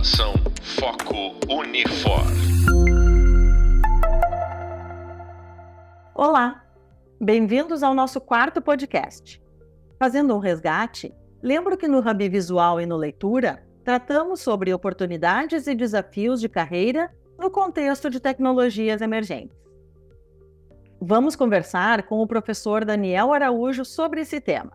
Atenção, foco Unifor. Olá, bem-vindos ao nosso quarto podcast. Fazendo um resgate, lembro que no Hub Visual e no Leitura, tratamos sobre oportunidades e desafios de carreira no contexto de tecnologias emergentes. Vamos conversar com o professor Daniel Araújo sobre esse tema.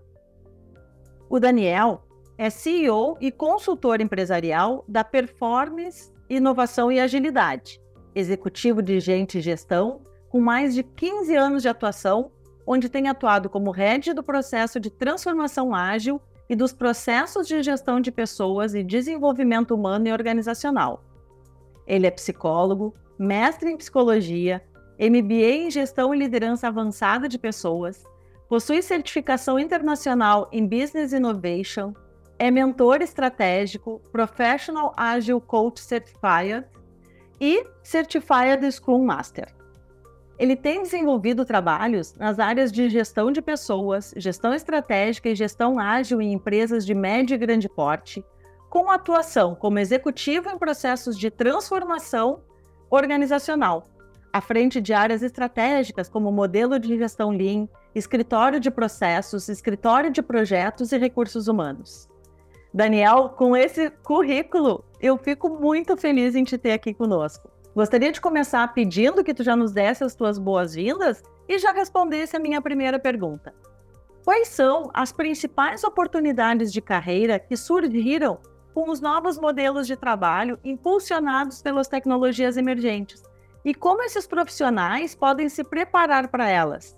O Daniel é CEO e consultor empresarial da Performance, Inovação e Agilidade, executivo dirigente e gestão com mais de 15 anos de atuação, onde tem atuado como head do processo de transformação ágil e dos processos de gestão de pessoas e desenvolvimento humano e organizacional. Ele é psicólogo, mestre em psicologia, MBA em gestão e liderança avançada de pessoas, possui certificação internacional em Business Innovation, é mentor estratégico, Professional Agile Coach Certified e Certified Scrum Master. Ele tem desenvolvido trabalhos nas áreas de gestão de pessoas, gestão estratégica e gestão ágil em empresas de médio e grande porte, com atuação como executivo em processos de transformação organizacional, à frente de áreas estratégicas como modelo de gestão Lean, escritório de processos, escritório de projetos e recursos humanos. Daniel, com esse currículo, eu fico muito feliz em te ter aqui conosco. Gostaria de começar pedindo que tu já nos desse as tuas boas-vindas e já respondesse a minha primeira pergunta. Quais são as principais oportunidades de carreira que surgiram com os novos modelos de trabalho impulsionados pelas tecnologias emergentes? E como esses profissionais podem se preparar para elas?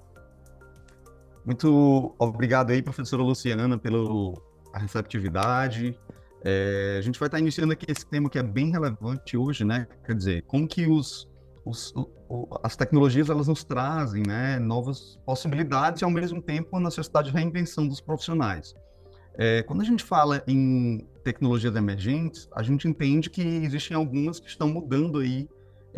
Muito obrigado aí, professora Luciana, pela receptividade. A gente vai estar iniciando aqui esse tema que é bem relevante hoje, né? Quer dizer, como que as tecnologias elas nos trazem, né, novas possibilidades e, ao mesmo tempo, a necessidade de reinvenção dos profissionais. Quando a gente fala em tecnologias emergentes, a gente entende que existem algumas que estão mudando aí,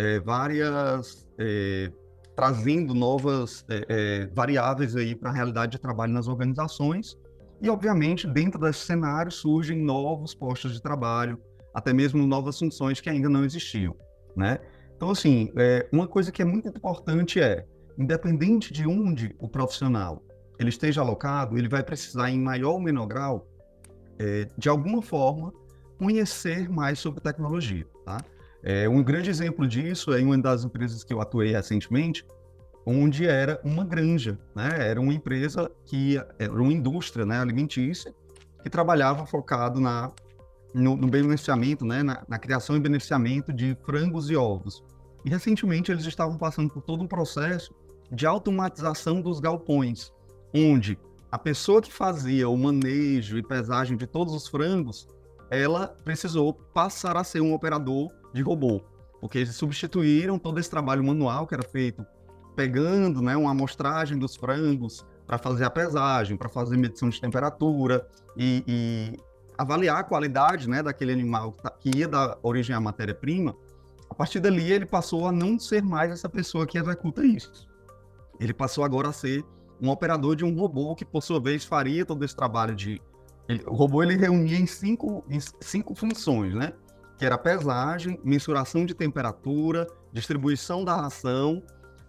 trazendo novas variáveis aí para a realidade de trabalho nas organizações. E, obviamente, dentro desse cenário surgem novos postos de trabalho, até mesmo novas funções que ainda não existiam, né? Então, assim, uma coisa que é muito importante independente de onde o profissional ele esteja alocado, ele vai precisar, em maior ou menor grau, de alguma forma, conhecer mais sobre tecnologia, tá? Um grande exemplo disso é em uma das empresas que eu atuei recentemente, onde era uma granja, né? Era uma empresa era uma indústria, né, alimentícia, que trabalhava focado no beneficiamento, né, na criação e beneficiamento de frangos e ovos. E recentemente eles estavam passando por todo um processo de automatização dos galpões, onde a pessoa que fazia o manejo e pesagem de todos os frangos, ela precisou passar a ser um operador de robô, porque eles substituíram todo esse trabalho manual que era feito pegando, né, uma amostragem dos frangos para fazer a pesagem, para fazer medição de temperatura e avaliar a qualidade, né, daquele animal que ia dar origem à matéria-prima. A partir dali, ele passou a não ser mais essa pessoa que executa isso. Ele passou agora a ser um operador de um robô que, por sua vez, faria todo esse trabalho o robô ele reunia em cinco funções, né? Que era a pesagem, mensuração de temperatura, distribuição da ração,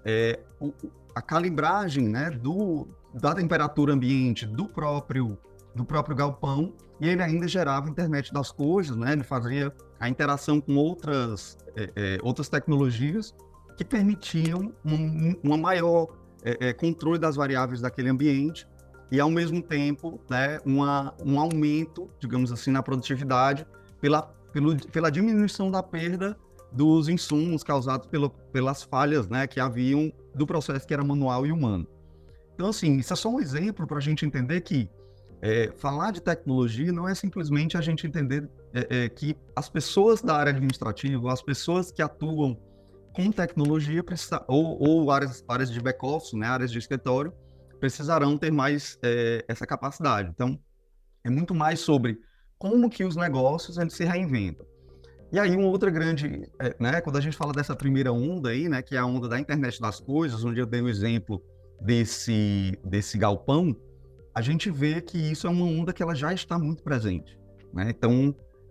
a calibragem, né, da temperatura ambiente do próprio galpão, e ele ainda gerava a internet das coisas, né? Ele fazia a interação com outras tecnologias que permitiam uma maior controle das variáveis daquele ambiente e, ao mesmo tempo, né, um aumento, digamos assim, na produtividade pela diminuição da perda dos insumos causados pelas falhas, né, que haviam do processo que era manual e humano. Então, assim, isso é só um exemplo para a gente entender que falar de tecnologia não é simplesmente a gente entender que as pessoas da área administrativa, as pessoas que atuam com tecnologia, ou áreas de back-office, né, áreas de escritório, precisarão ter mais essa capacidade. Então, é muito mais sobre como que os negócios eles se reinventam. E aí, uma outra grande, né, quando a gente fala dessa primeira onda aí, né, que é a onda da internet das coisas, onde eu dei o exemplo desse galpão, a gente vê que isso é uma onda que ela já está muito presente, né? Então,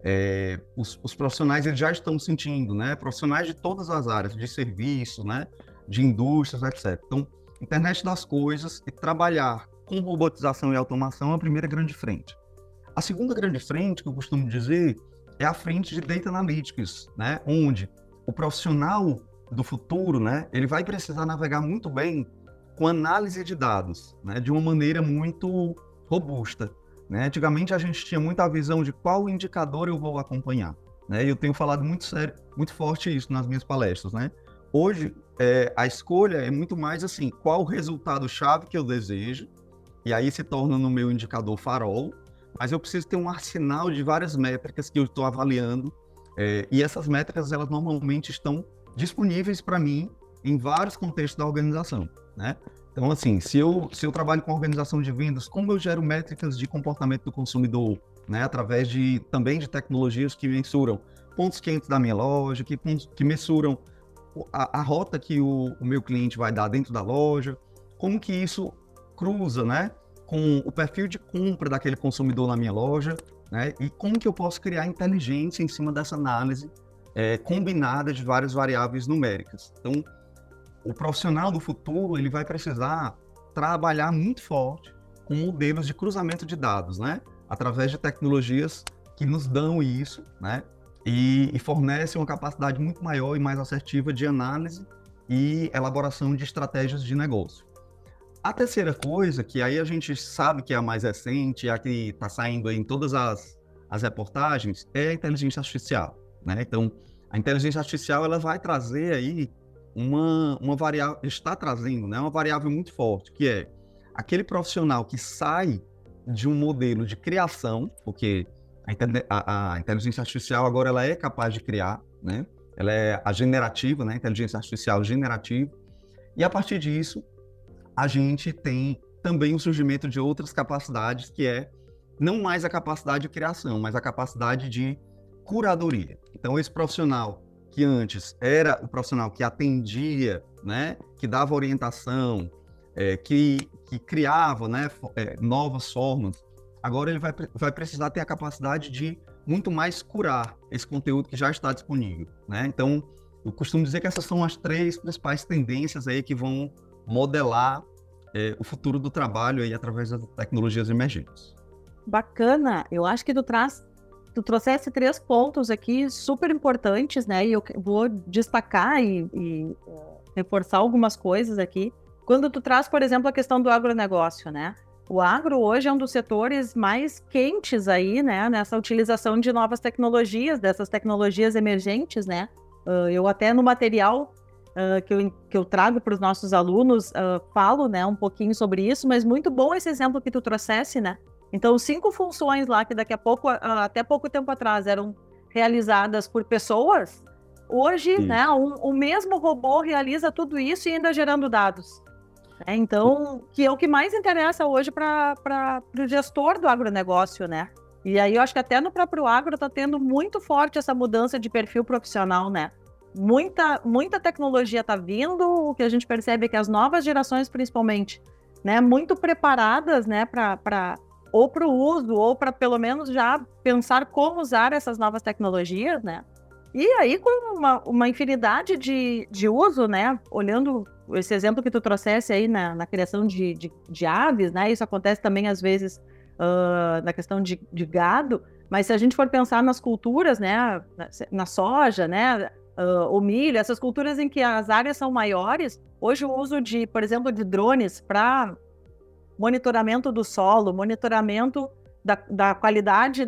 os profissionais eles já estão sentindo, né? Profissionais de todas as áreas, de serviço, né? De indústrias, etc. Então, internet das coisas e trabalhar com robotização e automação é a primeira grande frente. A segunda grande frente, que eu costumo dizer, é a frente de Data Analytics, né? Onde o profissional do futuro, né? Ele vai precisar navegar muito bem com análise de dados, né? De uma maneira muito robusta. Né? Antigamente a gente tinha muita visão de qual indicador eu vou acompanhar, né? E eu tenho falado muito forte isso nas minhas palestras, né? Hoje a escolha é muito mais assim, qual o resultado-chave que eu desejo, e aí se torna no meu indicador farol, mas eu preciso ter um arsenal de várias métricas que eu estou avaliando, e essas métricas elas normalmente estão disponíveis para mim em vários contextos da organização, né? Então, assim, se eu trabalho com organização de vendas, como eu gero métricas de comportamento do consumidor, né? Através também de tecnologias que mensuram pontos quentes da minha loja, que mensuram a rota que o meu cliente vai dar dentro da loja, como que isso cruza, né? Com o perfil de compra daquele consumidor na minha loja, né? E como que eu posso criar inteligência em cima dessa análise combinada de várias variáveis numéricas. Então, o profissional do futuro ele vai precisar trabalhar muito forte com modelos de cruzamento de dados, né? Através de tecnologias que nos dão isso, né? E fornecem uma capacidade muito maior e mais assertiva de análise e elaboração de estratégias de negócio. A terceira coisa, que aí a gente sabe que é a mais recente, a que está saindo aí em todas as reportagens, é a inteligência artificial, né? Então, a inteligência artificial ela vai trazer aí uma variável, está trazendo, né, uma variável muito forte, que é aquele profissional que sai de um modelo de criação, porque a inteligência artificial agora ela é capaz de criar, né? Ela é a generativa, né? Inteligência artificial generativa, e a partir disso a gente tem também o surgimento de outras capacidades, que é não mais a capacidade de criação, mas a capacidade de curadoria. Então esse profissional que antes era o profissional que atendia, né, que dava orientação, que criava, né, novas formas, agora ele vai precisar ter a capacidade de muito mais curar esse conteúdo que já está disponível, né? Então, eu costumo dizer que essas são as 3 principais tendências aí que vão modelar o futuro do trabalho aí através das tecnologias emergentes. Bacana, eu acho que tu trouxesse 3 pontos aqui super importantes, né? E eu vou destacar e reforçar algumas coisas aqui. Quando tu traz, por exemplo, a questão do agronegócio, né? O agro hoje é um dos setores mais quentes aí, né? Nessa utilização de novas tecnologias, dessas tecnologias emergentes, né? Eu até no material que eu trago para os nossos alunos falo, né, um pouquinho sobre isso, mas muito bom esse exemplo que tu trouxesse, né? Então, 5 funções lá que daqui a pouco, até pouco tempo atrás, eram realizadas por pessoas, hoje, né, o mesmo robô realiza tudo isso e ainda gerando dados. Né? Então, que é o que mais interessa hoje para o gestor do agronegócio, né? E aí eu acho que até no próprio agro está tendo muito forte essa mudança de perfil profissional, né? Muita tecnologia está vindo, o que a gente percebe é que as novas gerações, principalmente, né, muito preparadas, né, ou para o uso, ou para pelo menos já pensar como usar essas novas tecnologias, né? E aí com uma infinidade de uso, né? Olhando esse exemplo que tu trouxesse aí na criação de aves, né? Isso acontece também às vezes na questão de gado, mas se a gente for pensar nas culturas, né? Na soja, né? O milho, essas culturas em que as áreas são maiores, hoje o uso por exemplo, de drones para monitoramento do solo, monitoramento da qualidade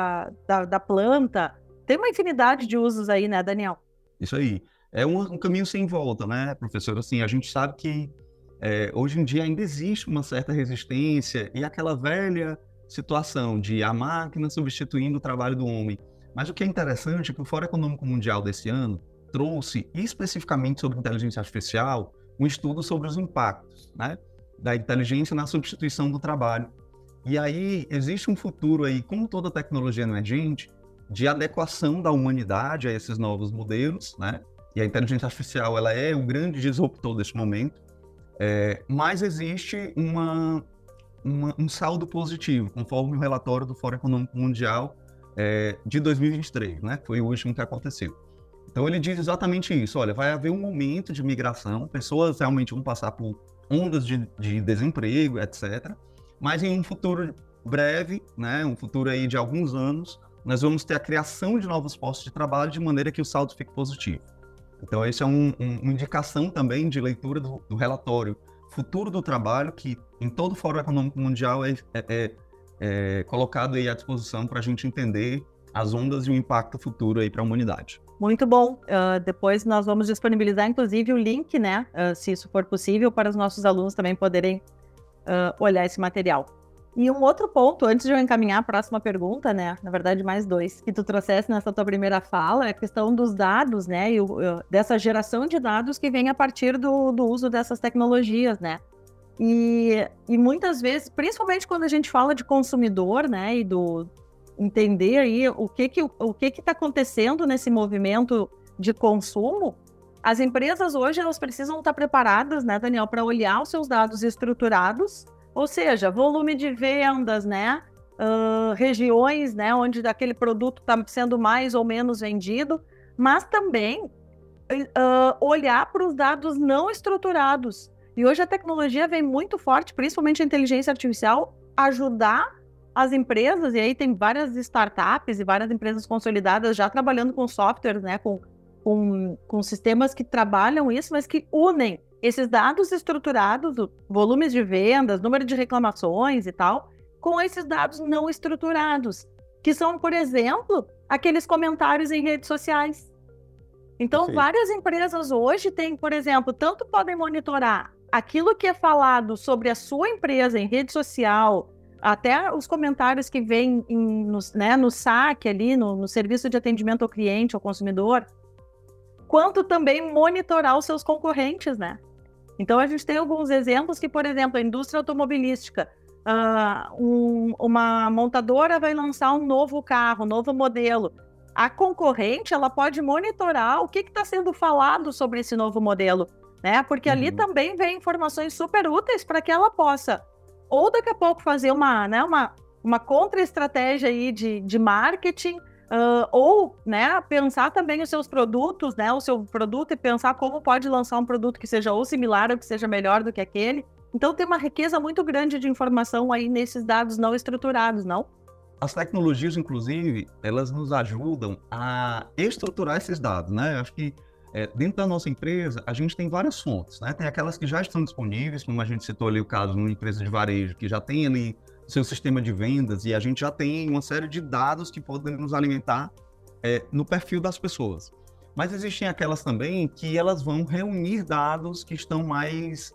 da planta. Tem uma infinidade de usos aí, né, Daniel? Isso aí. É um caminho sem volta, né, professor? Assim, a gente sabe que hoje em dia ainda existe uma certa resistência e aquela velha situação de a máquina substituindo o trabalho do homem. Mas o que é interessante é que o Fórum Econômico Mundial desse ano trouxe especificamente sobre inteligência artificial um estudo sobre os impactos, né, da inteligência na substituição do trabalho. E aí existe um futuro aí, como toda tecnologia emergente, de adequação da humanidade a esses novos modelos, né? E a inteligência artificial ela é o grande disruptor deste momento, mas existe um saldo positivo, conforme o relatório do Fórum Econômico Mundial de 2023, né? Foi o último que aconteceu. Então ele diz exatamente isso, olha, vai haver um momento de migração, pessoas realmente vão passar por ondas de desemprego, etc. Mas em um futuro breve, né, um futuro aí de alguns anos, nós vamos ter a criação de novos postos de trabalho de maneira que o saldo fique positivo. Então, esse é uma indicação também de leitura do relatório Futuro do Trabalho, que em todo o Fórum Econômico Mundial é colocado aí à disposição para a gente entender as ondas e o impacto futuro aí para a humanidade. Muito bom. Depois nós vamos disponibilizar, inclusive, o link, né, se isso for possível, para os nossos alunos também poderem olhar esse material. E um outro ponto, antes de eu encaminhar a próxima pergunta, né, na verdade mais dois, que tu trouxesse nessa tua primeira fala, é a questão dos dados, né, e dessa geração de dados que vem a partir do uso dessas tecnologias, né. E muitas vezes, principalmente quando a gente fala de consumidor, né, e do entender aí o que está acontecendo nesse movimento de consumo, as empresas hoje elas precisam estar preparadas, né, Daniel, para olhar os seus dados estruturados, ou seja, volume de vendas, né, regiões, né, onde aquele produto está sendo mais ou menos vendido, mas também olhar para os dados não estruturados. E hoje a tecnologia vem muito forte, principalmente a inteligência artificial, ajudar as empresas, e aí tem várias startups e várias empresas consolidadas já trabalhando com softwares, né, com sistemas que trabalham isso, mas que unem esses dados estruturados, volumes de vendas, número de reclamações e tal, com esses dados não estruturados, que são, por exemplo, aqueles comentários em redes sociais. Então, sim, várias empresas hoje têm, por exemplo, tanto podem monitorar aquilo que é falado sobre a sua empresa em rede social, até os comentários que vêm no saque ali, no serviço de atendimento ao cliente, ao consumidor, quanto também monitorar os seus concorrentes, né? Então, a gente tem alguns exemplos que, por exemplo, a indústria automobilística, uma montadora vai lançar um novo carro, um novo modelo. A concorrente, ela pode monitorar o que está sendo falado sobre esse novo modelo, né? Porque ali também vem informações super úteis para que ela possa, ou daqui a pouco fazer uma contra-estratégia aí de marketing, ou, né, pensar também os seus produtos, né, o seu produto, e pensar como pode lançar um produto que seja ou similar ou que seja melhor do que aquele. Então tem uma riqueza muito grande de informação aí nesses dados não estruturados, não? As tecnologias, inclusive, elas nos ajudam a estruturar esses dados, né? Acho que dentro da nossa empresa, a gente tem várias fontes, né? Tem aquelas que já estão disponíveis, como a gente citou ali o caso de uma empresa de varejo, que já tem ali seu sistema de vendas, e a gente já tem uma série de dados que podem nos alimentar no perfil das pessoas. Mas existem aquelas também que elas vão reunir dados que estão mais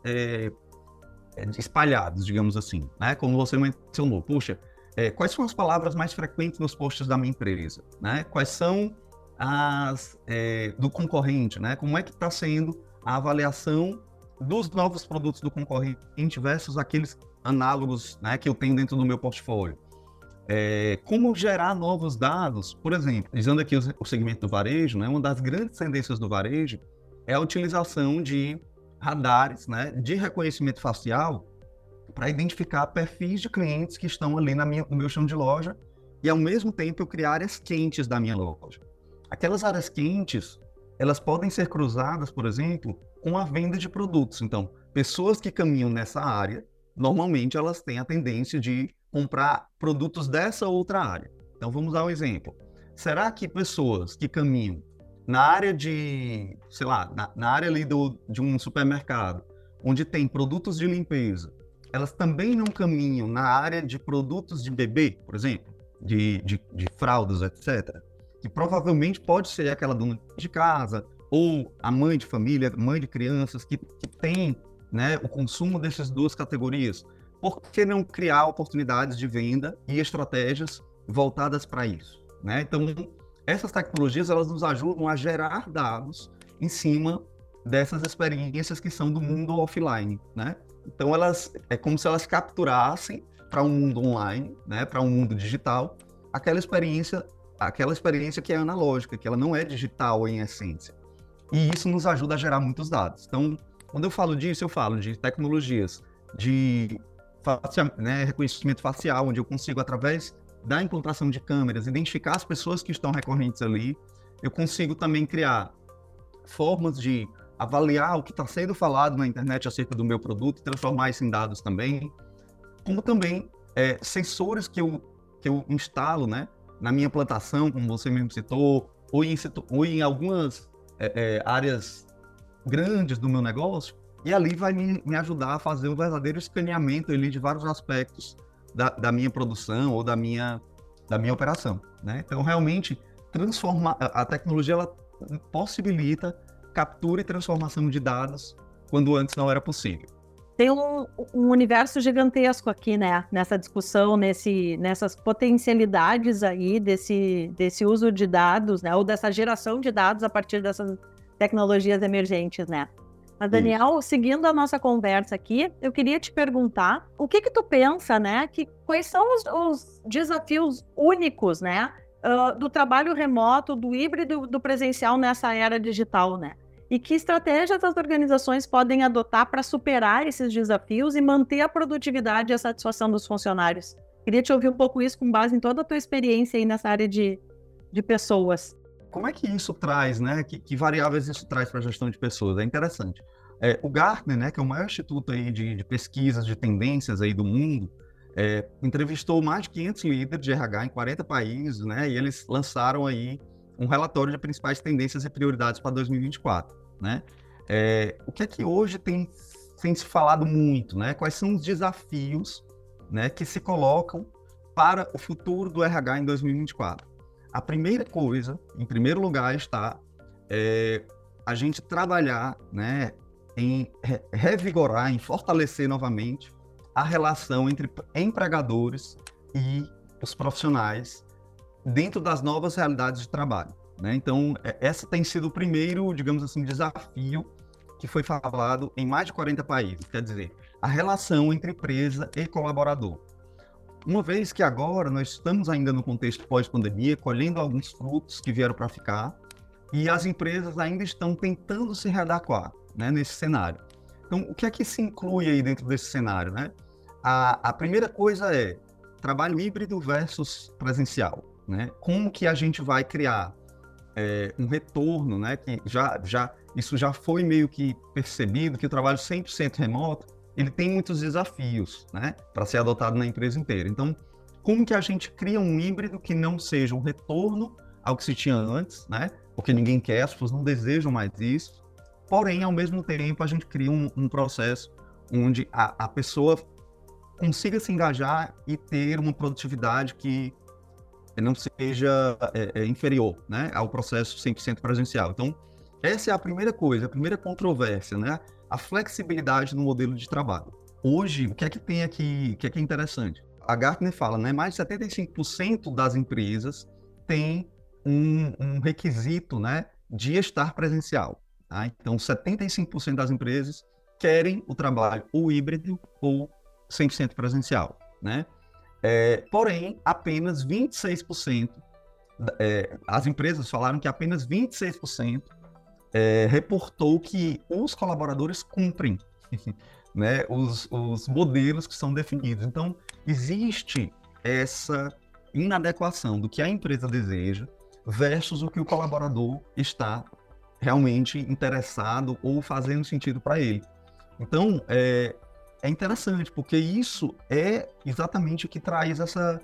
espalhados, digamos assim, né? Como você mencionou, puxa, quais são as palavras mais frequentes nos posts da minha empresa, né? Quais são as do concorrente, né? Como é que está sendo a avaliação dos novos produtos do concorrente versus aqueles análogos, né, que eu tenho dentro do meu portfólio. Como gerar novos dados, por exemplo, usando aqui o segmento do varejo, né, uma das grandes tendências do varejo é a utilização de radares, né, de reconhecimento facial para identificar perfis de clientes que estão ali no meu chão de loja e, ao mesmo tempo, eu criar áreas quentes da minha loja. Aquelas áreas quentes, elas podem ser cruzadas, por exemplo, com a venda de produtos. Então, pessoas que caminham nessa área, normalmente elas têm a tendência de comprar produtos dessa outra área. Então, vamos dar um exemplo. Será que pessoas que caminham na área de, sei lá, na área ali de um supermercado, onde tem produtos de limpeza, elas também não caminham na área de produtos de bebê, por exemplo, de fraldas, etc., que provavelmente pode ser aquela dona de casa ou a mãe de família, mãe de crianças que tem, né, o consumo dessas duas categorias. Por que não criar oportunidades de venda e estratégias voltadas para isso, né? Então, essas tecnologias elas nos ajudam a gerar dados em cima dessas experiências que são do mundo offline, né? Então, é como se elas capturassem para um mundo online, né, para um mundo digital, aquela experiência que é analógica, que ela não é digital em essência. E isso nos ajuda a gerar muitos dados. Então, quando eu falo disso, eu falo de tecnologias de reconhecimento facial, onde eu consigo, através da implantação de câmeras, identificar as pessoas que estão recorrentes ali, eu consigo também criar formas de avaliar o que está sendo falado na internet acerca do meu produto e transformar isso em dados também, como também sensores que eu instalo, né, na minha plantação, como você mesmo citou, ou em algumas áreas grandes do meu negócio, e ali vai me ajudar a fazer um verdadeiro escaneamento ali de vários aspectos da minha produção ou da minha operação, né? Então, realmente, a tecnologia ela possibilita captura e transformação de dados quando antes não era possível. Tem um universo gigantesco aqui, né? Nessa discussão, nessas potencialidades aí desse uso de dados, né? Ou dessa geração de dados a partir dessas tecnologias emergentes, né? Mas, Daniel, seguindo a nossa conversa aqui, eu queria te perguntar o que tu pensa, né? Quais são os desafios únicos, né? Do trabalho remoto, do híbrido, do presencial nessa era digital, né? E que estratégias as organizações podem adotar para superar esses desafios e manter a produtividade e a satisfação dos funcionários? Queria te ouvir um pouco isso com base em toda a tua experiência aí nessa área de pessoas. Como é que isso traz, né? Que variáveis isso traz para a gestão de pessoas? É interessante. O Gartner, né, que é o maior instituto aí de pesquisas de tendências aí do mundo, entrevistou mais de 500 líderes de RH em 40 países, né? E eles lançaram aí um relatório de principais tendências e prioridades para 2024, né? O que é que hoje tem se falado muito, né? Quais são os desafios, né, que se colocam para o futuro do RH em 2024? A primeira coisa, em primeiro lugar, está a gente trabalhar, né, em revigorar, em fortalecer novamente a relação entre empregadores e os profissionais dentro das novas realidades de trabalho, né? Então, essa tem sido o primeiro, digamos assim, desafio que foi falado em mais de 40 países, quer dizer, a relação entre empresa e colaborador. Uma vez que agora nós estamos ainda no contexto pós-pandemia, colhendo alguns frutos que vieram para ficar, e as empresas ainda estão tentando se readequar, né, nesse cenário. Então, o que é que se inclui aí dentro desse cenário, né? A primeira coisa é trabalho híbrido versus presencial, né? Como que a gente vai criar um retorno, né? Que isso já foi meio que percebido, que o trabalho 100% remoto, ele tem muitos desafios, né, para ser adotado na empresa inteira. Então, como que a gente cria um híbrido que não seja um retorno ao que se tinha antes, né? Porque ninguém quer, as pessoas não desejam mais isso. Porém, ao mesmo tempo, a gente cria um processo onde a pessoa consiga se engajar e ter uma produtividade que não seja inferior, né, ao processo 100% presencial. Então, essa é a primeira coisa, a primeira controvérsia, né? A flexibilidade no modelo de trabalho. Hoje, o que é que tem aqui, o que é interessante? A Gartner fala, né, mais de 75% das empresas têm um requisito, né, de estar presencial. Tá? Então, 75% das empresas querem o trabalho ou híbrido ou 100% presencial, né? Porém, apenas 26%, as empresas falaram que apenas 26% reportou que os colaboradores cumprem, né, os modelos que são definidos. Então, existe essa inadequação do que a empresa deseja versus o que o colaborador está realmente interessado ou fazendo sentido para ele. Então, é interessante, porque isso é exatamente o que traz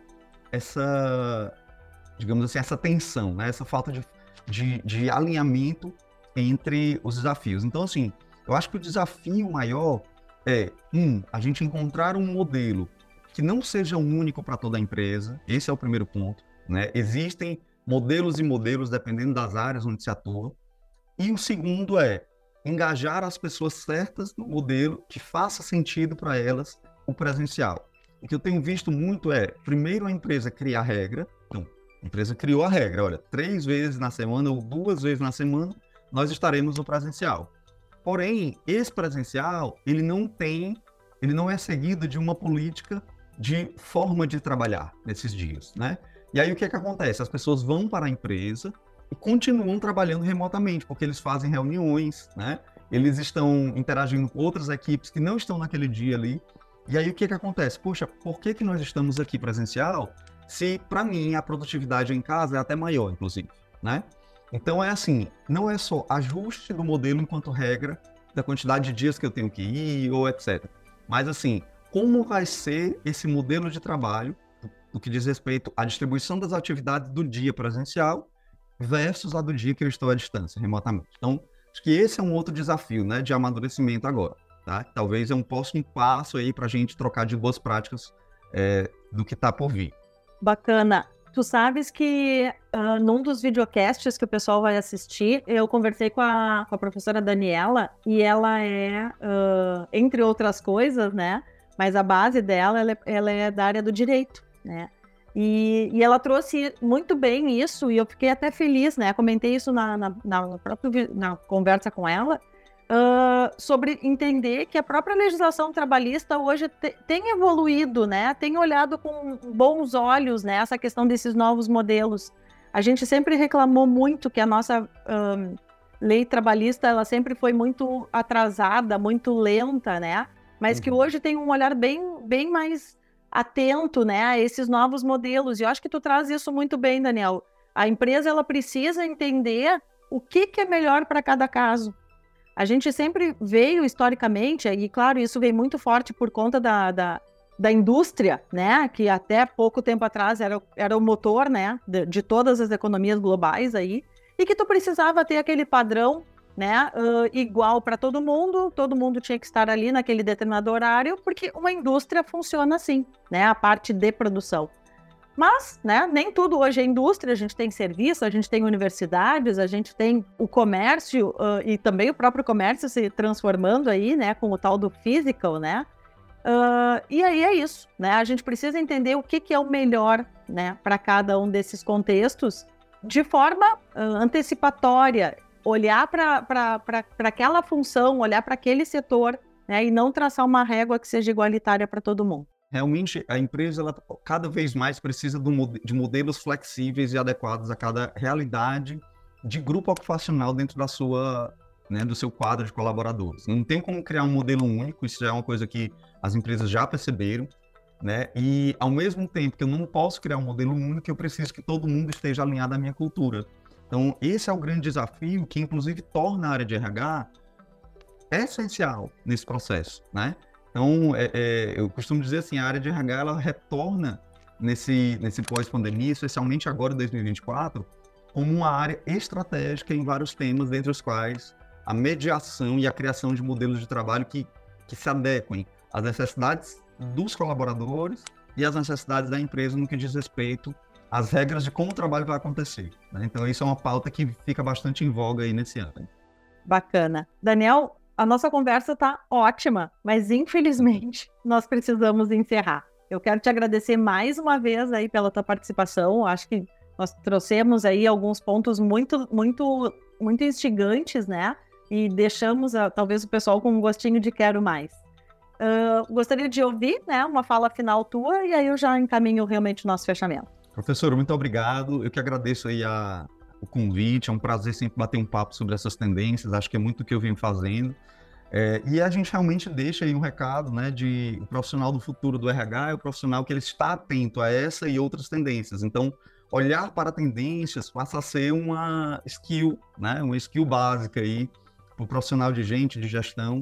essa digamos assim, essa tensão, né? Essa falta de alinhamento entre os desafios. Então, assim, eu acho que o desafio maior é, a gente encontrar um modelo que não seja único para toda a empresa. Esse é o primeiro ponto, né? Existem modelos e modelos dependendo das áreas onde se atua. E o segundo é engajar as pessoas certas no modelo que faça sentido para elas o presencial. O que eu tenho visto muito primeiro a empresa criar a regra. Então, a empresa criou a regra, olha, 3 vezes na semana ou 2 vezes na semana, nós estaremos no presencial. Porém, esse presencial, ele não é seguido de uma política de forma de trabalhar nesses dias, né? E aí o que é que acontece? As pessoas vão para a empresa e continuam trabalhando remotamente, porque eles fazem reuniões, né? Eles estão interagindo com outras equipes que não estão naquele dia ali. E aí o que é que acontece? Poxa, por que nós estamos aqui presencial se para mim a produtividade em casa é até maior, inclusive, né? Então é assim, não é só ajuste do modelo enquanto regra da quantidade de dias que eu tenho que ir ou etc. Mas assim, como vai ser esse modelo de trabalho no que diz respeito à distribuição das atividades do dia presencial versus a do dia que eu estou à distância, remotamente. Então, acho que esse é um outro desafio, né, de amadurecimento agora, tá? Talvez é um próximo passo aí para a gente trocar de boas práticas do que está por vir. Bacana. Tu sabes que num dos videocasts que o pessoal vai assistir, eu conversei com a professora Daniela, e ela é, entre outras coisas, né, mas a base dela, ela é da área do direito, né, e ela trouxe muito bem isso, e eu fiquei até feliz, né, comentei isso na conversa com ela, sobre entender que a própria legislação trabalhista hoje tem evoluído, né? Tem olhado com bons olhos, né, essa questão desses novos modelos. A gente sempre reclamou muito que a nossa lei trabalhista, ela sempre foi muito atrasada, muito lenta, né? Mas que hoje tem um olhar bem mais atento, né, a esses novos modelos. E eu acho que tu traz isso muito bem, Daniel. A empresa, ela precisa entender o que é melhor para cada caso. A gente sempre veio historicamente, e claro, isso veio muito forte por conta da indústria, né, que até pouco tempo atrás era o motor, né, de todas as economias globais aí, e que tu precisava ter aquele padrão, né, igual para todo mundo tinha que estar ali naquele determinado horário, porque uma indústria funciona assim, né, a parte de produção. Mas, né, nem tudo hoje é indústria, a gente tem serviço, a gente tem universidades, a gente tem o comércio e também o próprio comércio se transformando aí, né, com o tal do physical, né? E aí é isso, né? A gente precisa entender o que é o melhor, né, para cada um desses contextos, de forma antecipatória, olhar para aquela função, olhar para aquele setor, né, e não traçar uma régua que seja igualitária para todo mundo. Realmente, a empresa, ela cada vez mais precisa de modelos flexíveis e adequados a cada realidade de grupo ocupacional dentro da sua, né, do seu quadro de colaboradores. Não tem como criar um modelo único, isso já é uma coisa que as empresas já perceberam, né? E, ao mesmo tempo que eu não posso criar um modelo único, eu preciso que todo mundo esteja alinhado à minha cultura. Então, esse é o grande desafio que, inclusive, torna a área de RH essencial nesse processo, né? Então, eu costumo dizer assim, a área de RH, ela retorna nesse pós-pandemia, especialmente agora em 2024, como uma área estratégica em vários temas, dentre os quais a mediação e a criação de modelos de trabalho que se adequem às necessidades dos colaboradores e às necessidades da empresa no que diz respeito às regras de como o trabalho vai acontecer, né? Então, isso é uma pauta que fica bastante em voga aí nesse ano. Bacana. Daniel, a nossa conversa está ótima, mas infelizmente nós precisamos encerrar. Eu quero te agradecer mais uma vez aí pela tua participação. Acho que nós trouxemos aí alguns pontos muito, muito, muito instigantes, né? E deixamos talvez o pessoal com um gostinho de quero mais. Gostaria de ouvir, né, uma fala final tua, e aí eu já encaminho realmente o nosso fechamento. Professor, muito obrigado. Eu que agradeço aí o convite. É um prazer sempre bater um papo sobre essas tendências. Acho que é muito o que eu venho fazendo. E a gente realmente deixa aí um recado, né, de o profissional do futuro do RH é o profissional que ele está atento a essa e outras tendências. Então, olhar para tendências passa a ser uma skill, né, uma skill básica aí para o profissional de gestão.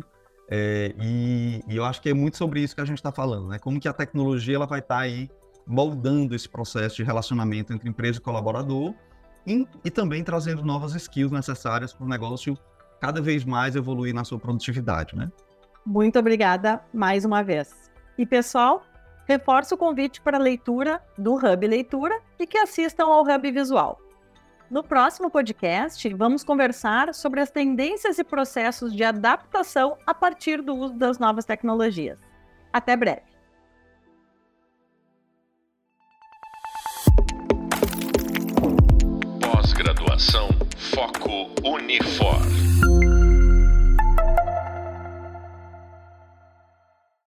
E eu acho que é muito sobre isso que a gente está falando, né? Como que a tecnologia ela vai estar aí moldando esse processo de relacionamento entre empresa e colaborador e também trazendo novas skills necessárias para o negócio cada vez mais evoluir na sua produtividade, né? Muito obrigada mais uma vez. E pessoal, reforço o convite para a leitura do Hub Leitura e que assistam ao Hub Visual. No próximo podcast, vamos conversar sobre as tendências e processos de adaptação a partir do uso das novas tecnologias. Até breve! Pós-graduação Foco Unifor.